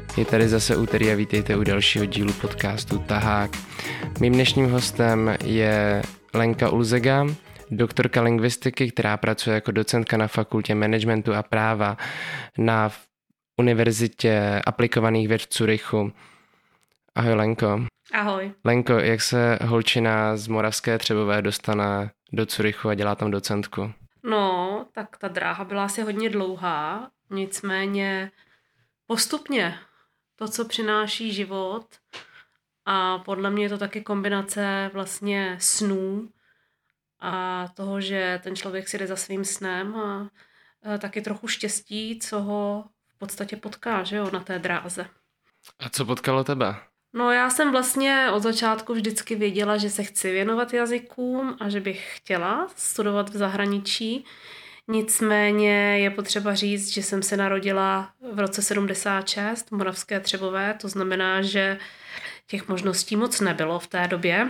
Je tady zase úterý a vítejte u dalšího dílu podcastu Tahák. Mým dnešním hostem je Lenka Ulzega, doktorka lingvistiky, která pracuje jako docentka na fakultě managementu a práva na Univerzitě aplikovaných věd v Curychu. Ahoj Lenko. Ahoj. Lenko, jak se holčina z Moravské Třebové dostane do Curychu a dělá tam docentku? No, tak ta dráha byla asi hodně dlouhá, nicméně postupně to, co přináší život, a podle mě je to taky kombinace vlastně snů a toho, že ten člověk si jde za svým snem a taky trochu štěstí, co ho v podstatě potká, že jo, na té dráze. A co potkalo tebe? No, já jsem vlastně od začátku vždycky věděla, že se chci věnovat jazykům a že bych chtěla studovat v zahraničí. Nicméně je potřeba říct, že jsem se narodila v roce 76 v Moravské Třebové, to znamená, že těch možností moc nebylo v té době.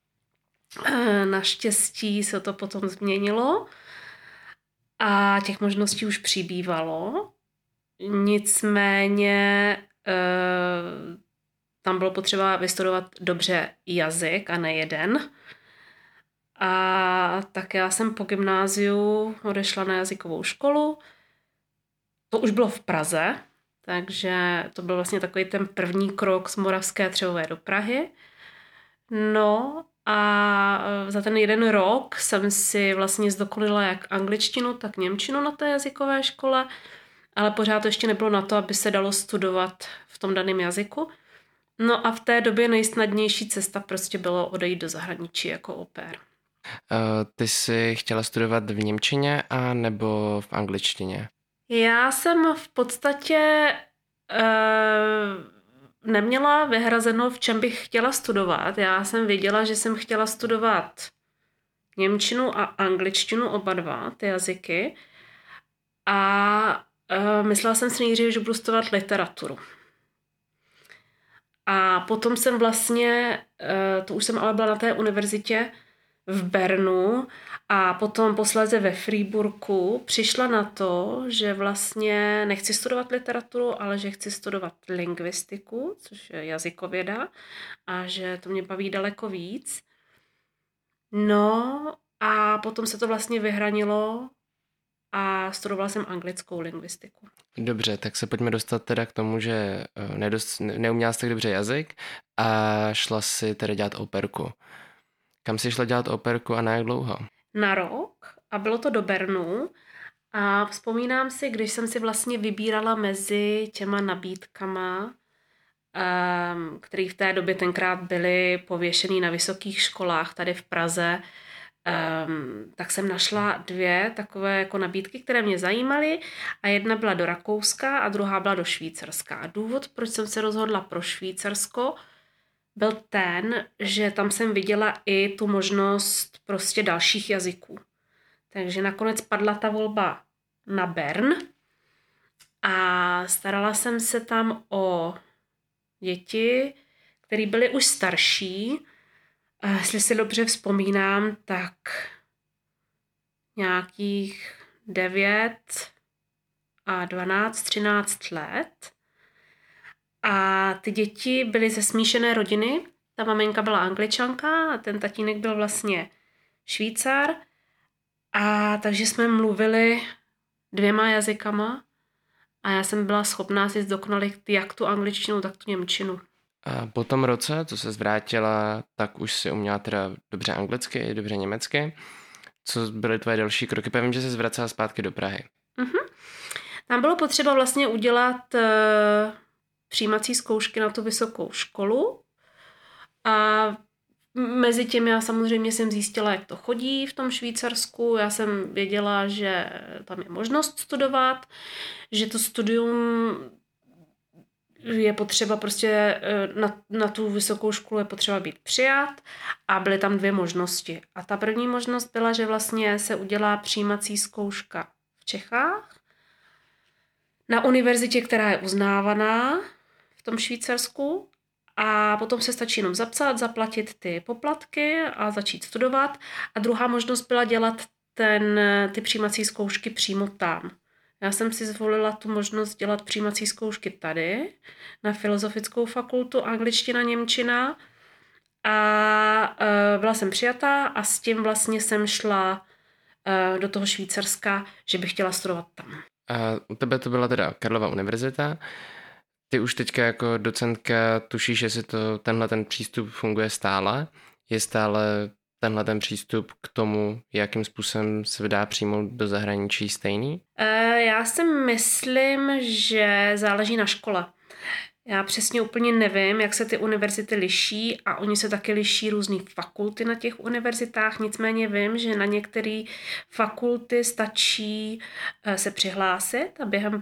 Naštěstí se to potom změnilo a těch možností už přibývalo. Nicméně tam bylo potřeba vystudovat dobře jazyk a ne jeden. A tak já jsem po gymnáziu odešla na jazykovou školu. To už bylo v Praze, takže to byl vlastně takový ten první krok z Moravské Třebové do Prahy. No a za ten jeden rok jsem si vlastně zdokonalila jak angličtinu, tak němčinu na té jazykové škole, ale pořád to ještě nebylo na to, aby se dalo studovat v tom daném jazyku. No a v té době nejsnadnější cesta prostě bylo odejít do zahraničí jako au pair. Ty jsi chtěla studovat v němčině a nebo v angličtině? Já jsem v podstatě neměla vyhrazeno, v čem bych chtěla studovat. Já jsem věděla, že jsem chtěla studovat němčinu a angličtinu, oba dva ty jazyky. A myslela jsem si nejdřív, že budu studovat literaturu. A potom jsem vlastně, to už jsem ale byla na té univerzitě v Bernu a potom posléze ve Freiburgu přišla na to, že vlastně nechci studovat literaturu, ale že chci studovat lingvistiku, což je jazykověda, a že to mě baví daleko víc. No a potom se to vlastně vyhranilo a studovala jsem anglickou lingvistiku. Dobře, tak se pojďme dostat teda k tomu, že neuměla jsi tak dobře jazyk a šla si tedy dělat operku. Kam jsi šla dělat operku a na jak dlouho? Na rok a bylo to do Bernu a vzpomínám si, když jsem si vlastně vybírala mezi těma nabídkama, které v té době tenkrát byly pověšený na vysokých školách tady v Praze, tak jsem našla dvě takové jako nabídky, které mě zajímaly a jedna byla do Rakouska a druhá byla do Švýcarska. A důvod, proč jsem se rozhodla pro Švýcarsko, byl ten, že tam jsem viděla i tu možnost prostě dalších jazyků. Takže nakonec padla ta volba na Bern a starala jsem se tam o děti, které byly už starší. A jestli si dobře vzpomínám, tak nějakých 9 a 12, 13 let. A ty děti byly ze smíšené rodiny. Ta maminka byla Angličanka a ten tatínek byl vlastně Švýcar. A takže jsme mluvili 2 jazykama a já jsem byla schopná si zdokonalit jak tu angličtinu, tak tu němčinu. A po tom roce, co se vrátila, tak už si uměla teda dobře anglicky, dobře německy. Co byly tvoje další kroky? Vím, že jsi vracela zpátky do Prahy. Tam bylo potřeba vlastně udělat přijímací zkoušky na tu vysokou školu a mezi tím já samozřejmě jsem zjistila, jak to chodí v tom Švýcarsku. Já jsem věděla, že tam je možnost studovat, že to studium je potřeba prostě na tu vysokou školu je potřeba být přijat a byly tam 2 možnosti. A ta první možnost byla, že vlastně se udělá přijímací zkouška v Čechách na univerzitě, která je uznávaná v tom Švýcarsku a potom se stačí jenom zapsat, zaplatit ty poplatky a začít studovat. A druhá možnost byla dělat ty přijímací zkoušky přímo tam Já jsem si zvolila tu možnost dělat přijímací zkoušky tady na Filozofickou fakultu, angličtina, němčina a byla jsem přijatá a s tím vlastně jsem šla do toho Švýcarska, že bych chtěla studovat tam. A u tebe to byla teda Karlova univerzita. Ty už teďka jako docentka tušíš, jestli tenhle ten přístup funguje stále? Je stále tenhle ten přístup k tomu, jakým způsobem se dá přijmout do zahraničí stejný? Já si myslím, že záleží na škole. Já přesně úplně nevím, jak se ty univerzity liší a oni se taky liší různý fakulty na těch univerzitách, nicméně vím, že na některé fakulty stačí se přihlásit a během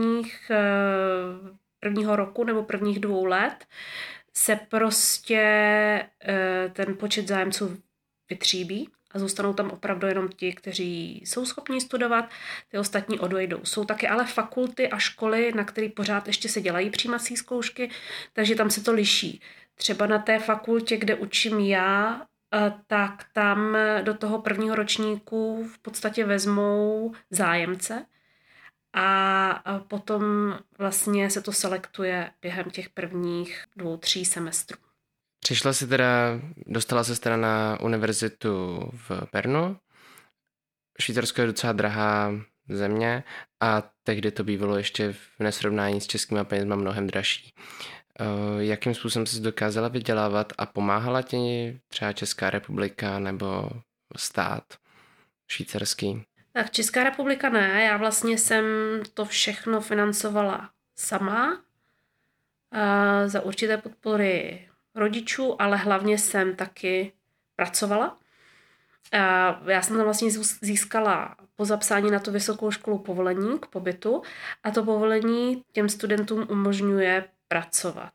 prvního roku nebo prvních 2 let se prostě ten počet zájemců vytříbí a zůstanou tam opravdu jenom ti, kteří jsou schopni studovat, ty ostatní odejdou. Jsou taky ale fakulty a školy, na které pořád ještě se dělají přijímací zkoušky, takže tam se to liší. Třeba na té fakultě, kde učím já, tak tam do toho prvního ročníku v podstatě vezmou zájemce a potom vlastně se to selektuje během těch prvních 2-3 semestrů. Dostala se teda na univerzitu v Bernu. Švýcarsko je docela drahá země a tehdy to bývalo ještě v nesrovnání s českýma penězma mnohem dražší. Jakým způsobem jsi dokázala vydělávat a pomáhala ti třeba Česká republika nebo stát švýcarský? Tak Česká republika ne, já vlastně jsem to všechno financovala sama za určité podpory rodičů, ale hlavně jsem taky pracovala. Já jsem tam vlastně získala po zapsání na tu vysokou školu povolení k pobytu a to povolení těm studentům umožňuje pracovat.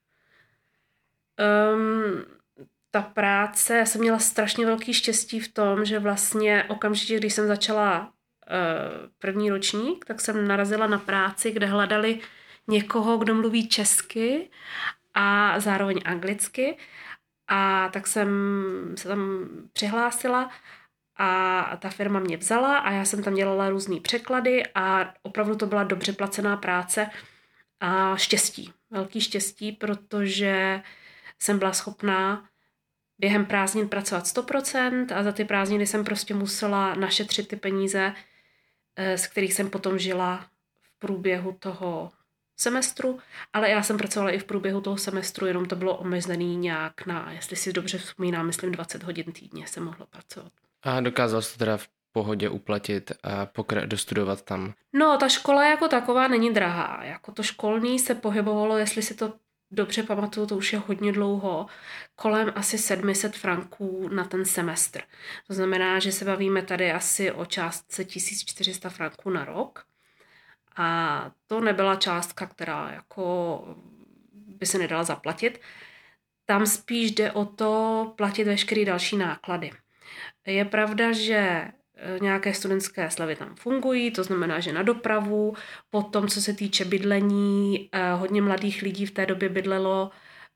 Ta práce, já jsem měla strašně velký štěstí v tom, že vlastně okamžitě, když jsem začala první ročník, tak jsem narazila na práci, kde hledali někoho, kdo mluví česky a zároveň anglicky. A tak jsem se tam přihlásila a ta firma mě vzala a já jsem tam dělala různý překlady a opravdu to byla dobře placená práce a štěstí, velký štěstí, protože jsem byla schopná během prázdnin pracovat 100% a za ty prázdniny jsem prostě musela našetřit ty peníze, z kterých jsem potom žila v průběhu toho semestru, ale já jsem pracovala i v průběhu toho semestru, jenom to bylo omezený nějak na, jestli si dobře vzpomínám, myslím 20 hodin týdně jsem mohla pracovat. A dokázal jsi to teda v pohodě uplatit a dostudovat tam? No, ta škola jako taková není drahá. Jako to školní se pohybovalo, jestli si to dobře pamatuju, to už je hodně dlouho, kolem asi 700 franků na ten semestr. To znamená, že se bavíme tady asi o částce 1400 franků na rok. A to nebyla částka, která jako by se nedala zaplatit. Tam spíš jde o to platit veškeré další náklady. Je pravda, že nějaké studentské slevy tam fungují, to znamená, že na dopravu, potom, co se týče bydlení, hodně mladých lidí v té době bydlelo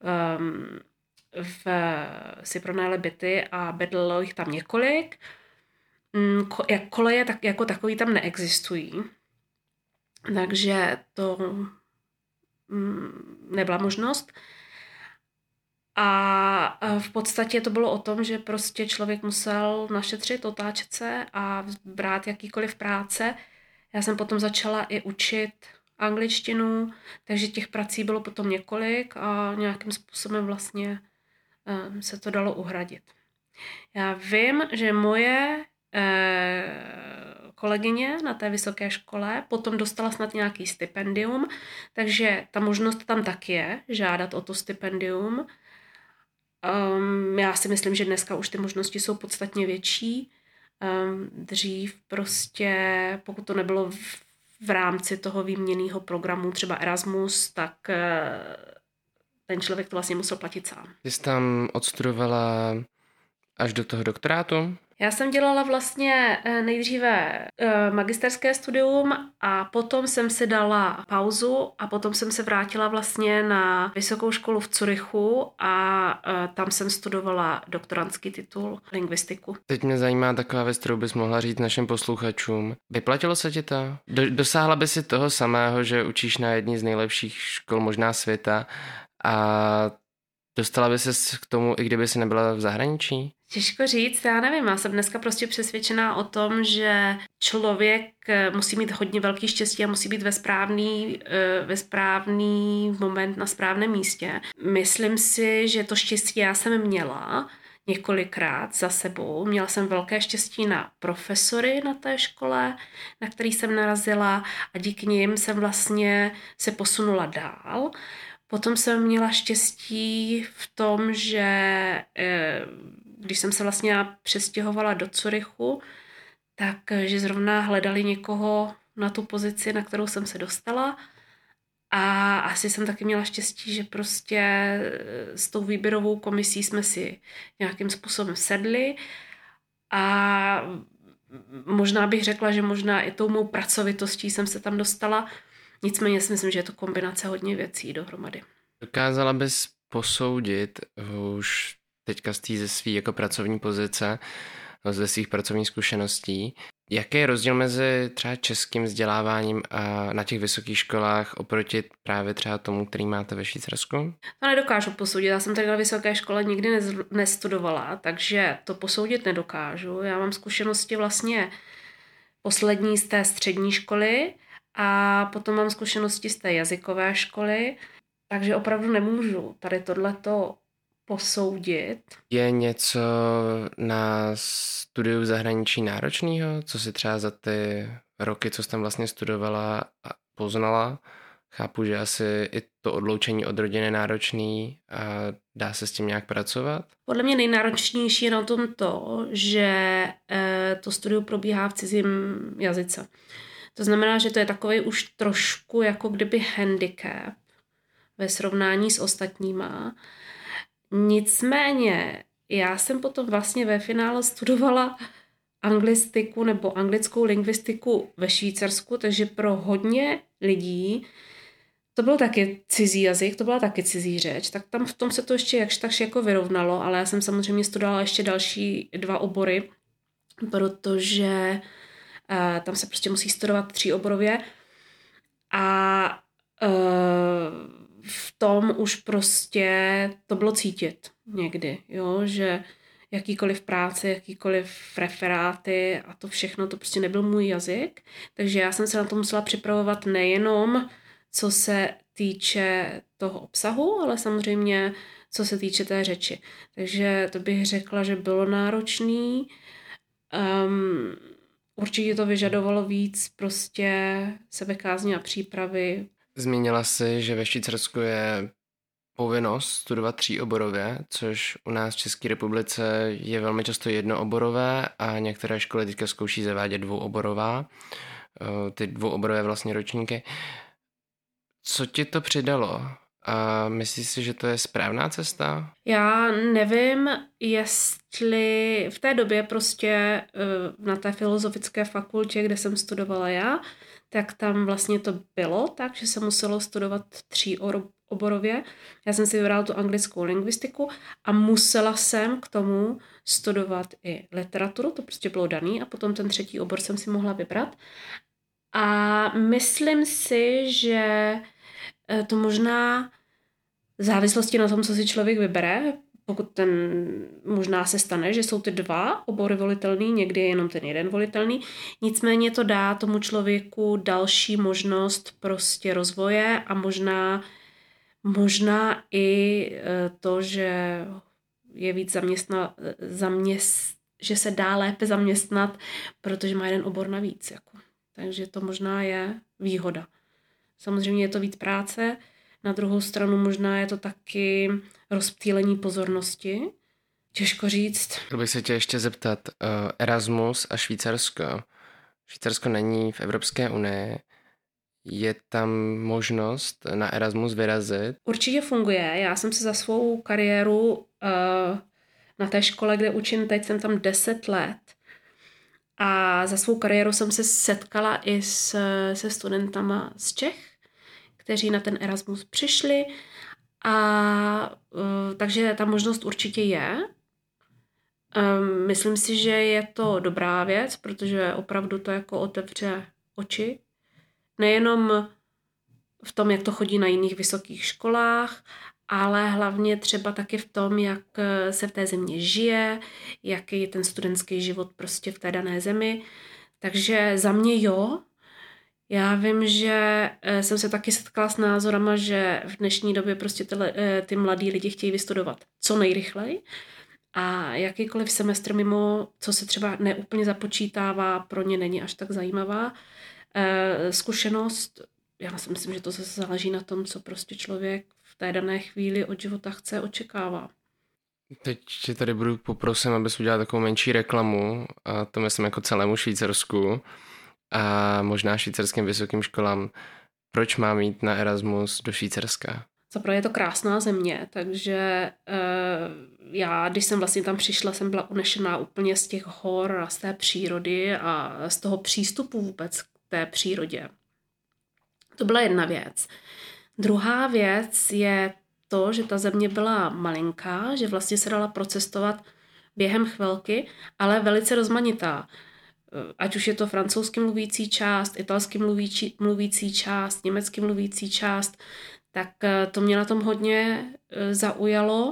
si pronajali byty a bydlelo jich tam několik. Koleje tak, jako takový tam neexistují. Takže to nebyla možnost. A v podstatě to bylo o tom, že prostě člověk musel našetřit, otáčet se a brát jakýkoliv práce. Já jsem potom začala i učit angličtinu, takže těch prací bylo potom několik a nějakým způsobem vlastně se to dalo uhradit. Já vím, že moje kolegyně na té vysoké škole potom dostala snad nějaký stipendium, takže ta možnost tam taky je, žádat o to stipendium. Já si myslím, že dneska už ty možnosti jsou podstatně větší. Dřív prostě, pokud to nebylo v rámci toho výměnného programu, třeba Erasmus, tak ten člověk to vlastně musel platit sám. Ty jsi tam odstudovala až do toho doktorátu? Já jsem dělala vlastně nejdříve magisterské studium a potom jsem si dala pauzu a potom jsem se vrátila vlastně na vysokou školu v Curychu a tam jsem studovala doktorandský titul lingvistiku. Teď mě zajímá taková věc, kterou bys mohla říct našim posluchačům. Vyplatilo se ti to? Dosáhla by si toho samého, že učíš na jedné z nejlepších škol možná světa a dostala by ses k tomu, i kdyby si nebyla v zahraničí? Těžko říct, já nevím, já jsem dneska prostě přesvědčená o tom, že člověk musí mít hodně velký štěstí a musí být ve správný moment na správném místě. Myslím si, že to štěstí já jsem měla několikrát za sebou. Měla jsem velké štěstí na profesory na té škole, na který jsem narazila a díky nim jsem vlastně se posunula dál. Potom jsem měla štěstí v tom, že když jsem se vlastně přestěhovala do Curychu, takže zrovna hledali někoho na tu pozici, na kterou jsem se dostala. A asi jsem taky měla štěstí, že prostě s tou výběrovou komisí jsme si nějakým způsobem sedli a možná bych řekla, že možná i tou mou pracovitostí jsem se tam dostala. Nicméně si myslím, že je to kombinace hodně věcí dohromady. Dokázala bys posoudit už teďka ze svý jako pracovní pozice, ze svých pracovních zkušeností, jaký je rozdíl mezi třeba českým vzděláváním a na těch vysokých školách oproti právě třeba tomu, který máte ve Švýcarsku? To nedokážu posoudit. Já jsem tady na vysoké škole nikdy nestudovala, takže to posoudit nedokážu. Já mám zkušenosti vlastně poslední z té střední školy a potom mám zkušenosti z té jazykové školy, takže opravdu nemůžu tady tohleto posoudit. Je něco na studiu v zahraničí náročného, co si třeba za ty roky, co jsi tam vlastně studovala a poznala? Chápu, že asi i to odloučení od rodiny je náročný a dá se s tím nějak pracovat? Podle mě nejnáročnější je na tom to, že to studium probíhá v cizím jazyce. To znamená, že to je takový už trošku jako kdyby handicap ve srovnání s ostatníma. Nicméně já jsem potom vlastně ve finále studovala anglistiku nebo anglickou lingvistiku ve Švýcarsku, takže pro hodně lidí to byl taky cizí jazyk, to byla taky cizí řeč, tak tam v tom se to ještě jakž takž jako vyrovnalo, ale já jsem samozřejmě studovala ještě další 2 obory, protože tam se prostě musí studovat 3oborově a v tom už prostě to bylo cítit někdy, jo, že jakýkoliv práce, jakýkoliv referáty a to všechno, to prostě nebyl můj jazyk, takže já jsem se na to musela připravovat nejenom co se týče toho obsahu, ale samozřejmě co se týče té řeči. Takže to bych řekla, že bylo náročný. Určitě to vyžadovalo víc prostě sebekázně a přípravy. Zmínila jsi, že ve Švýcarsku je povinnost studovat 3oborově, což u nás v České republice je velmi často jednooborové a některé školy teďka zkouší zavádět 2oborová, ty 2oborové vlastně ročníky. Co ti to přidalo? A myslíš si, že to je správná cesta? Já nevím, jestli v té době prostě na té filozofické fakultě, kde jsem studovala já, tak tam vlastně to bylo tak, že se muselo studovat 3oborově. Já jsem si vybrala tu anglickou lingvistiku a musela jsem k tomu studovat i literaturu, to prostě bylo daný a potom ten 3. obor jsem si mohla vybrat. A myslím si, že to možná v závislosti na tom, co si člověk vybere, pokud ten možná se stane, že jsou ty 2 obory volitelný, někdy je jenom ten jeden volitelný, nicméně to dá tomu člověku další možnost prostě rozvoje a možná i to, že je víc že se dá lépe zaměstnat, protože má jeden obor navíc. Jako. Takže to možná je výhoda. Samozřejmě je to víc práce, na druhou stranu možná je to taky rozptýlení pozornosti. Těžko říct. Chtěl bych se tě ještě zeptat, Erasmus a Švýcarsko. Švýcarsko není v Evropské unii. Je tam možnost na Erasmus vyrazit? Určitě funguje. Já jsem se za svou kariéru Na té škole, kde učím teď, jsem tam 10 let a za svou kariéru jsem se setkala i se studentama z Čech, kteří na ten Erasmus přišli a takže ta možnost určitě je. Myslím si, že je to dobrá věc, protože opravdu to jako otevře oči. Nejenom v tom, jak to chodí na jiných vysokých školách, ale hlavně třeba taky v tom, jak se v té země žije, jaký je ten studentský život prostě v té dané zemi. Takže za mě jo. Já vím, že jsem se taky setkala s názorama, že v dnešní době prostě ty mladí lidi chtějí vystudovat co nejrychleji a jakýkoliv semestr mimo, co se třeba neúplně započítává, pro ně není až tak zajímavá zkušenost. Já si myslím, že to zase záleží na tom, co prostě člověk v té dané chvíli od života chce, očekává. Teď tě tady budu poprosím, abys udělal takovou menší reklamu, a to myslím jako celému Švýcarsku a možná švýcarským vysokým školám. Proč mám jít na Erasmus do Švýcarska? Zaprvé je to krásná země, takže já, když jsem vlastně tam přišla, jsem byla unešená úplně z těch hor a z té přírody a z toho přístupu vůbec k té přírodě. To byla jedna věc. Druhá věc je to, že ta země byla malinká, že vlastně se dala procestovat během chvilky, ale velice rozmanitá. Ať už je to francouzsky mluvící část, italsky mluvící část, německy mluvící část, tak to mě na tom hodně zaujalo.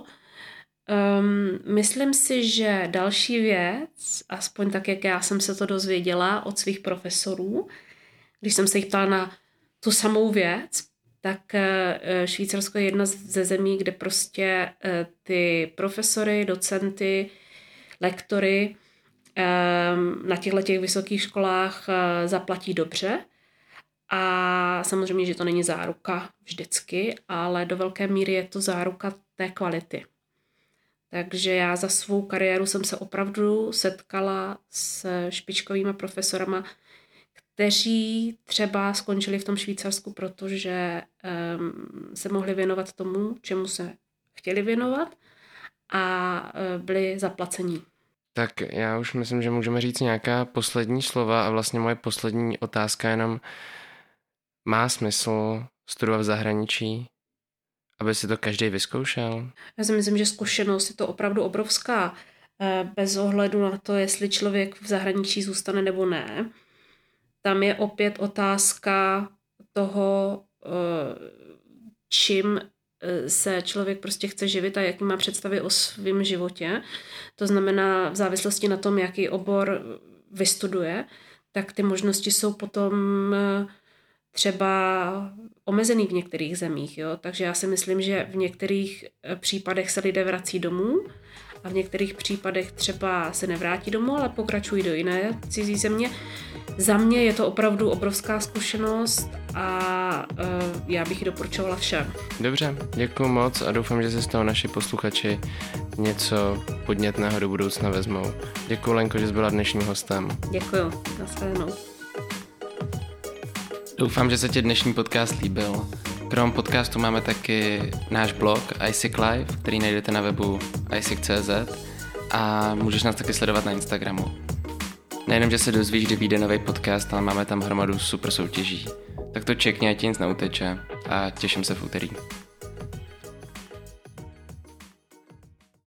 Myslím si, že další věc, aspoň tak, jak já jsem se to dozvěděla od svých profesorů, když jsem se jich ptala na tu samou věc, tak Švýcarsko je jedna ze zemí, kde prostě ty profesory, docenty, lektory na těchto vysokých školách zaplatí dobře. A samozřejmě, že to není záruka vždycky, ale do velké míry je to záruka té kvality. Takže já za svou kariéru jsem se opravdu setkala s špičkovými profesorama, kteří třeba skončili v tom Švýcarsku, protože se mohli věnovat tomu, čemu se chtěli věnovat a byli zaplacení. Tak já už myslím, že můžeme říct nějaká poslední slova a vlastně moje poslední otázka jenom: má smysl studovat v zahraničí, aby si to každý vyzkoušel? Já si myslím, že zkušenost je to opravdu obrovská, bez ohledu na to, jestli člověk v zahraničí zůstane nebo ne. Tam je opět otázka toho, čím se člověk prostě chce živit a jaký má představy o svém životě. To znamená, v závislosti na tom, jaký obor vystuduje, tak ty možnosti jsou potom třeba omezený v některých zemích. Jo? Takže já si myslím, že v některých případech se lidé vrací domů a v některých případech třeba se nevrátí domů, ale pokračují do jiné cizí země. Za mě je to opravdu obrovská zkušenost a já bych ji doporučovala všem. Dobře, děkuji moc a doufám, že se z toho naši posluchači něco podnětného do budoucna vezmou. Děkuji, Lenko, že jsi byla dnešním hostem. Děkuji, nashledanou. Doufám, že se ti dnešní podcast líbil. Krom podcastu máme taky náš blog iSick Live, který najdete na webu iSick.cz a můžeš nás taky sledovat na Instagramu. Nejenom, že se dozvíš, kdy vyjde nový podcast, ale máme tam hromadu super soutěží. Tak to čekni, ať ti nic neuteče a těším se v úterý.